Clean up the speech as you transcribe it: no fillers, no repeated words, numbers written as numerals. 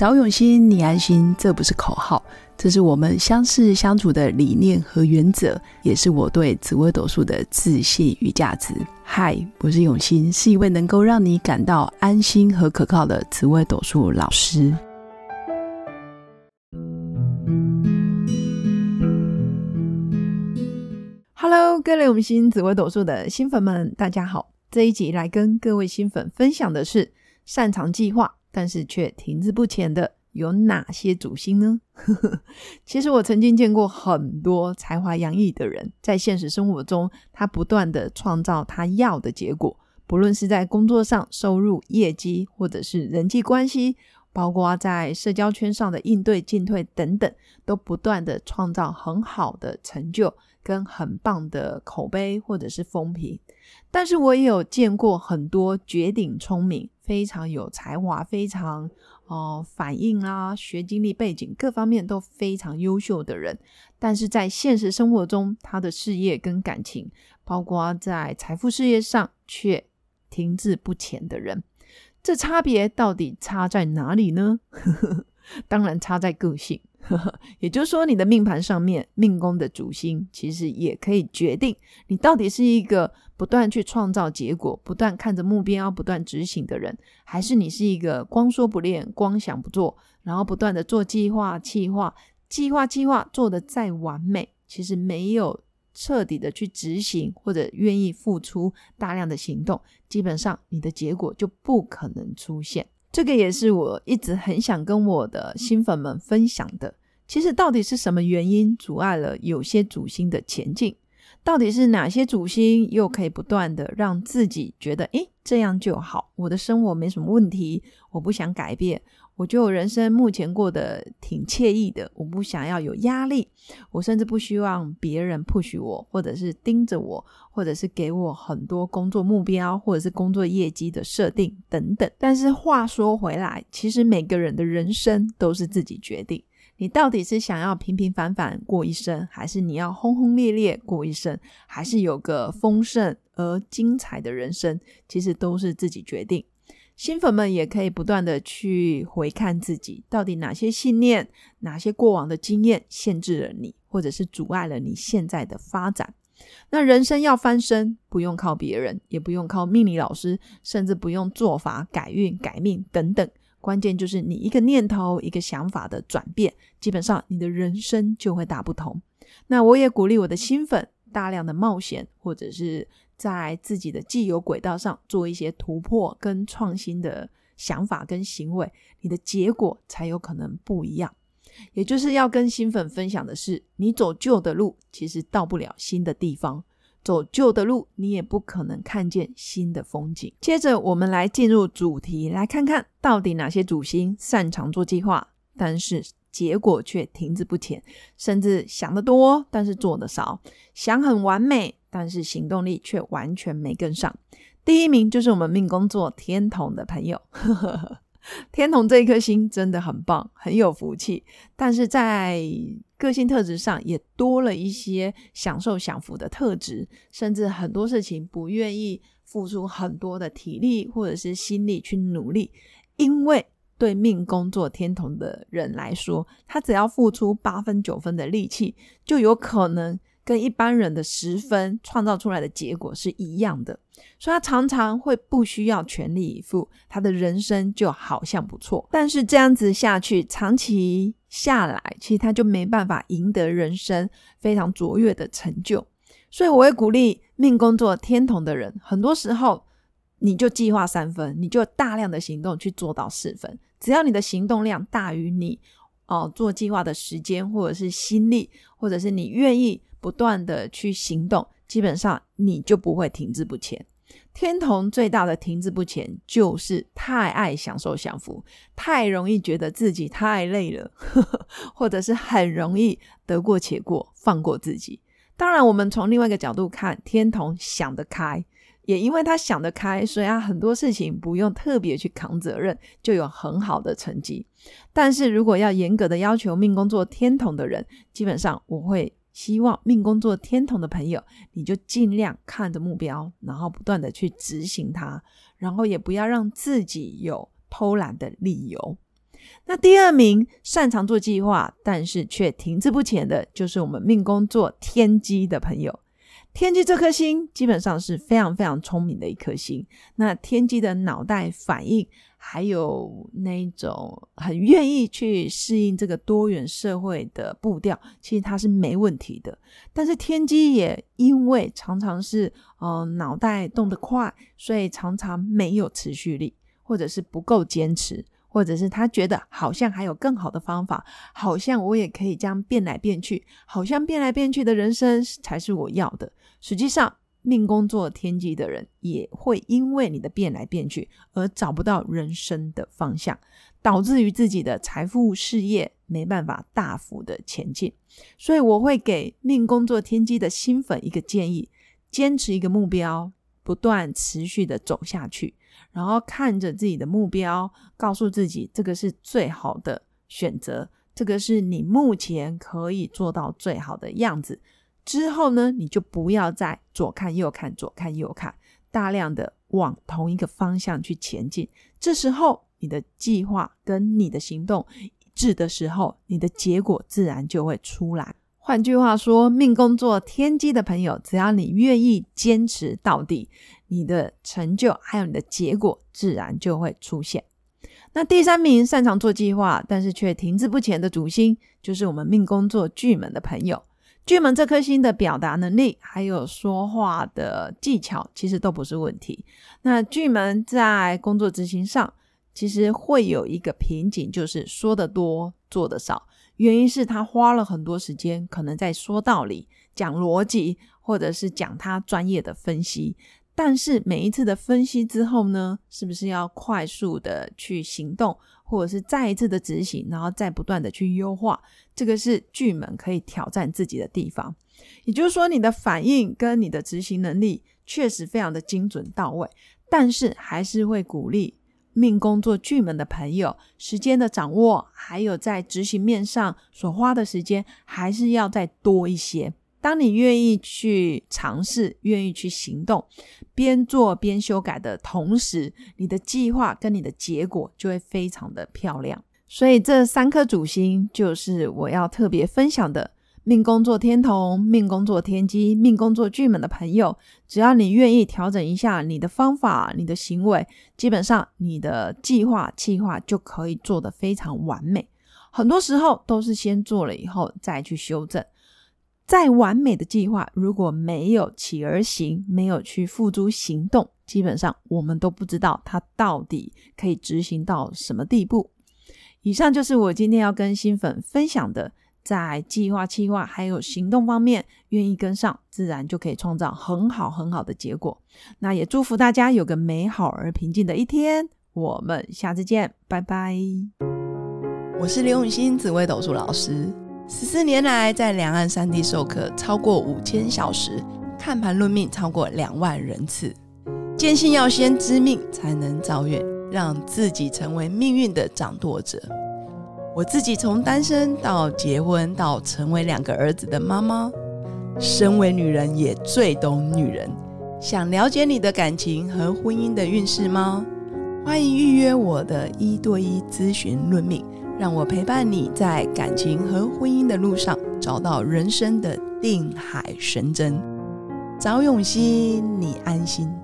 找永新，你安心，这不是口号，这是我们相识相处的理念和原则，也是我对紫微斗数的自信与价值。嗨，我是永新，是一位能够让你感到安心和可靠的紫微斗数老师。Hello， 各位永新紫微斗数的新粉们，大家好。这一集来跟各位新粉分享的是，擅长计划但是却停滞不前的有哪些主星呢？其实我曾经见过很多才华洋溢的人，在现实生活中他不断的创造他要的结果，不论是在工作上、收入、业绩，或者是人际关系，包括在社交圈上的应对进退等等，都不断的创造很好的成就跟很棒的口碑或者是风评。但是我也有见过很多绝顶聪明，非常有才华，非常反应啊、学经历背景各方面都非常优秀的人，但是在现实生活中，他的事业跟感情，包括在财富事业上却停滞不前的人。这差别到底差在哪里呢？当然差在个性。也就是说，你的命盘上面命宫的主星其实也可以决定你到底是一个不断去创造结果，不断看着目标不断执行的人，还是你是一个光说不练，光想不做，然后不断的做计划计划做得再完美，其实没有彻底的去执行或者愿意付出大量的行动，基本上你的结果就不可能出现。这个也是我一直很想跟我的新粉们分享的。其实到底是什么原因阻碍了有些主星的前进？到底是哪些主星又可以不断的让自己觉得这样就好，我的生活没什么问题，我不想改变，我觉得我人生目前过得挺惬意的，我不想要有压力，我甚至不希望别人 push 我，或者是盯着我，或者是给我很多工作目标，或者是工作业绩的设定等等。但是话说回来，其实每个人的人生都是自己决定，你到底是想要平平凡凡过一生，还是你要轰轰烈烈过一生，还是有个丰盛而精彩的人生，其实都是自己决定。新粉们也可以不断的去回看自己，到底哪些信念，哪些过往的经验限制了你，或者是阻碍了你现在的发展。那人生要翻身，不用靠别人，也不用靠命理老师，甚至不用做法改运改命等等，关键就是你一个念头一个想法的转变，基本上你的人生就会大不同。那我也鼓励我的新粉大量的冒险，或者是在自己的既有轨道上做一些突破跟创新的想法跟行为，你的结果才有可能不一样。也就是要跟新粉分享的是，你走旧的路其实到不了新的地方，走旧的路你也不可能看见新的风景。接着我们来进入主题，来看看到底哪些主星擅长做计划，但是结果却停滞不前，甚至想得多但是做得少，想很完美但是行动力却完全没跟上。第一名就是我们命宫做天同的朋友天同这一颗星真的很棒，很有福气，但是在个性特质上也多了一些享受享福的特质，甚至很多事情不愿意付出很多的体力或者是心力去努力。因为对命宫做天同的人来说，他只要付出8分9分的力气，就有可能跟一般人的10分创造出来的结果是一样的，所以他常常会不需要全力以赴，他的人生就好像不错。但是这样子下去，长期下来，其实他就没办法赢得人生非常卓越的成就。所以我会鼓励命宫做天同的人，很多时候你就计划3分，你就大量的行动去做到4分，只要你的行动量大于你做计划的时间或者是心力，或者是你愿意不断的去行动，基本上你就不会停滞不前。天同最大的停滞不前就是太爱享受享福，太容易觉得自己太累了或者是很容易得过且过，放过自己。当然我们从另外一个角度看，天同想得开，也因为他想得开，所以他很多事情不用特别去扛责任，就有很好的成绩。但是如果要严格的要求命宫做天同的人，基本上我会希望命宫做天同的朋友，你就尽量看着目标，然后不断的去执行它，然后也不要让自己有偷懒的理由。 那第二名擅长做计划但是却停滞不前的，就是我们命宫座天机的朋友。天机这颗星基本上是非常非常聪明的一颗星，那天机的脑袋反应还有那种很愿意去适应这个多元社会的步调，其实它是没问题的。但是天机也因为常常是脑袋动得快，所以常常没有持续力，或者是不够坚持，或者是他觉得好像还有更好的方法，好像我也可以这样变来变去，好像变来变去的人生才是我要的。实际上命宫座天机的人也会因为你的变来变去而找不到人生的方向，导致于自己的财富事业没办法大幅的前进。所以我会给命宫座天机的新粉一个建议，坚持一个目标，不断持续的走下去，然后看着自己的目标，告诉自己这个是最好的选择，这个是你目前可以做到最好的样子。之后呢，你就不要再左看右看左看右看，大量的往同一个方向去前进。这时候你的计划跟你的行动一致的时候，你的结果自然就会出来。换句话说，命宫座天机的朋友，只要你愿意坚持到底，你的成就还有你的结果自然就会出现。那第三名擅长做计划但是却停滞不前的主星，就是我们命宫座巨门的朋友。巨门这颗星的表达能力还有说话的技巧其实都不是问题。那巨门在工作执行上其实会有一个瓶颈，就是说得多做得少，原因是他花了很多时间可能在说道理、讲逻辑，或者是讲他专业的分析，但是每一次的分析之后呢，是不是要快速的去行动，或者是再一次的执行，然后再不断的去优化，这个是巨门可以挑战自己的地方。也就是说，你的反应跟你的执行能力确实非常的精准到位，但是还是会鼓励命宫座巨门的朋友，时间的掌握还有在执行面上所花的时间还是要再多一些。当你愿意去尝试，愿意去行动，边做边修改的同时，你的计划跟你的结果就会非常的漂亮。所以这三颗主星就是我要特别分享的，命宫座天同、命宫座天机、命宫座巨门的朋友，只要你愿意调整一下你的方法、你的行为，基本上你的计划就可以做得非常完美。很多时候都是先做了以后再去修正。再完美的计划如果没有起而行，没有去付诸行动，基本上我们都不知道它到底可以执行到什么地步。以上就是我今天要跟新粉分享的，在计划、企划还有行动方面愿意跟上，自然就可以创造很好很好的结果。那也祝福大家有个美好而平静的一天，我们下次见，拜拜。 我是刘永新紫微斗数老师，14年来在两岸3地授课超过5000小时，看盘论命超过2万人次，坚信要先知命才能造运，让自己成为命运的掌舵者。我自己从单身到结婚到成为2个儿子的妈妈，身为女人也最懂女人。想了解你的感情和婚姻的运势吗？欢迎预约我的1对1咨询论命，让我陪伴你在感情和婚姻的路上找到人生的定海神针。找永熙，你安心。